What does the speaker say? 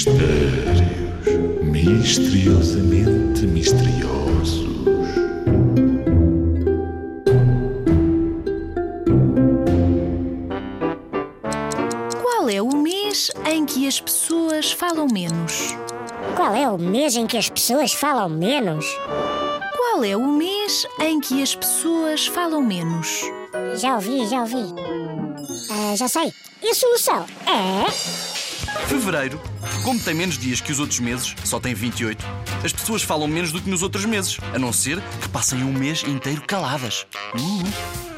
Mistérios misteriosamente misteriosos. Qual é o mês em que as pessoas falam menos? Qual é o mês em que as pessoas falam menos? Qual é o mês em que as pessoas falam menos? Já ouvi. Já sei. E a solução é... Fevereiro. Como tem menos dias que os outros meses, só tem 28, as pessoas falam menos do que nos outros meses, a não ser que passem um mês inteiro caladas.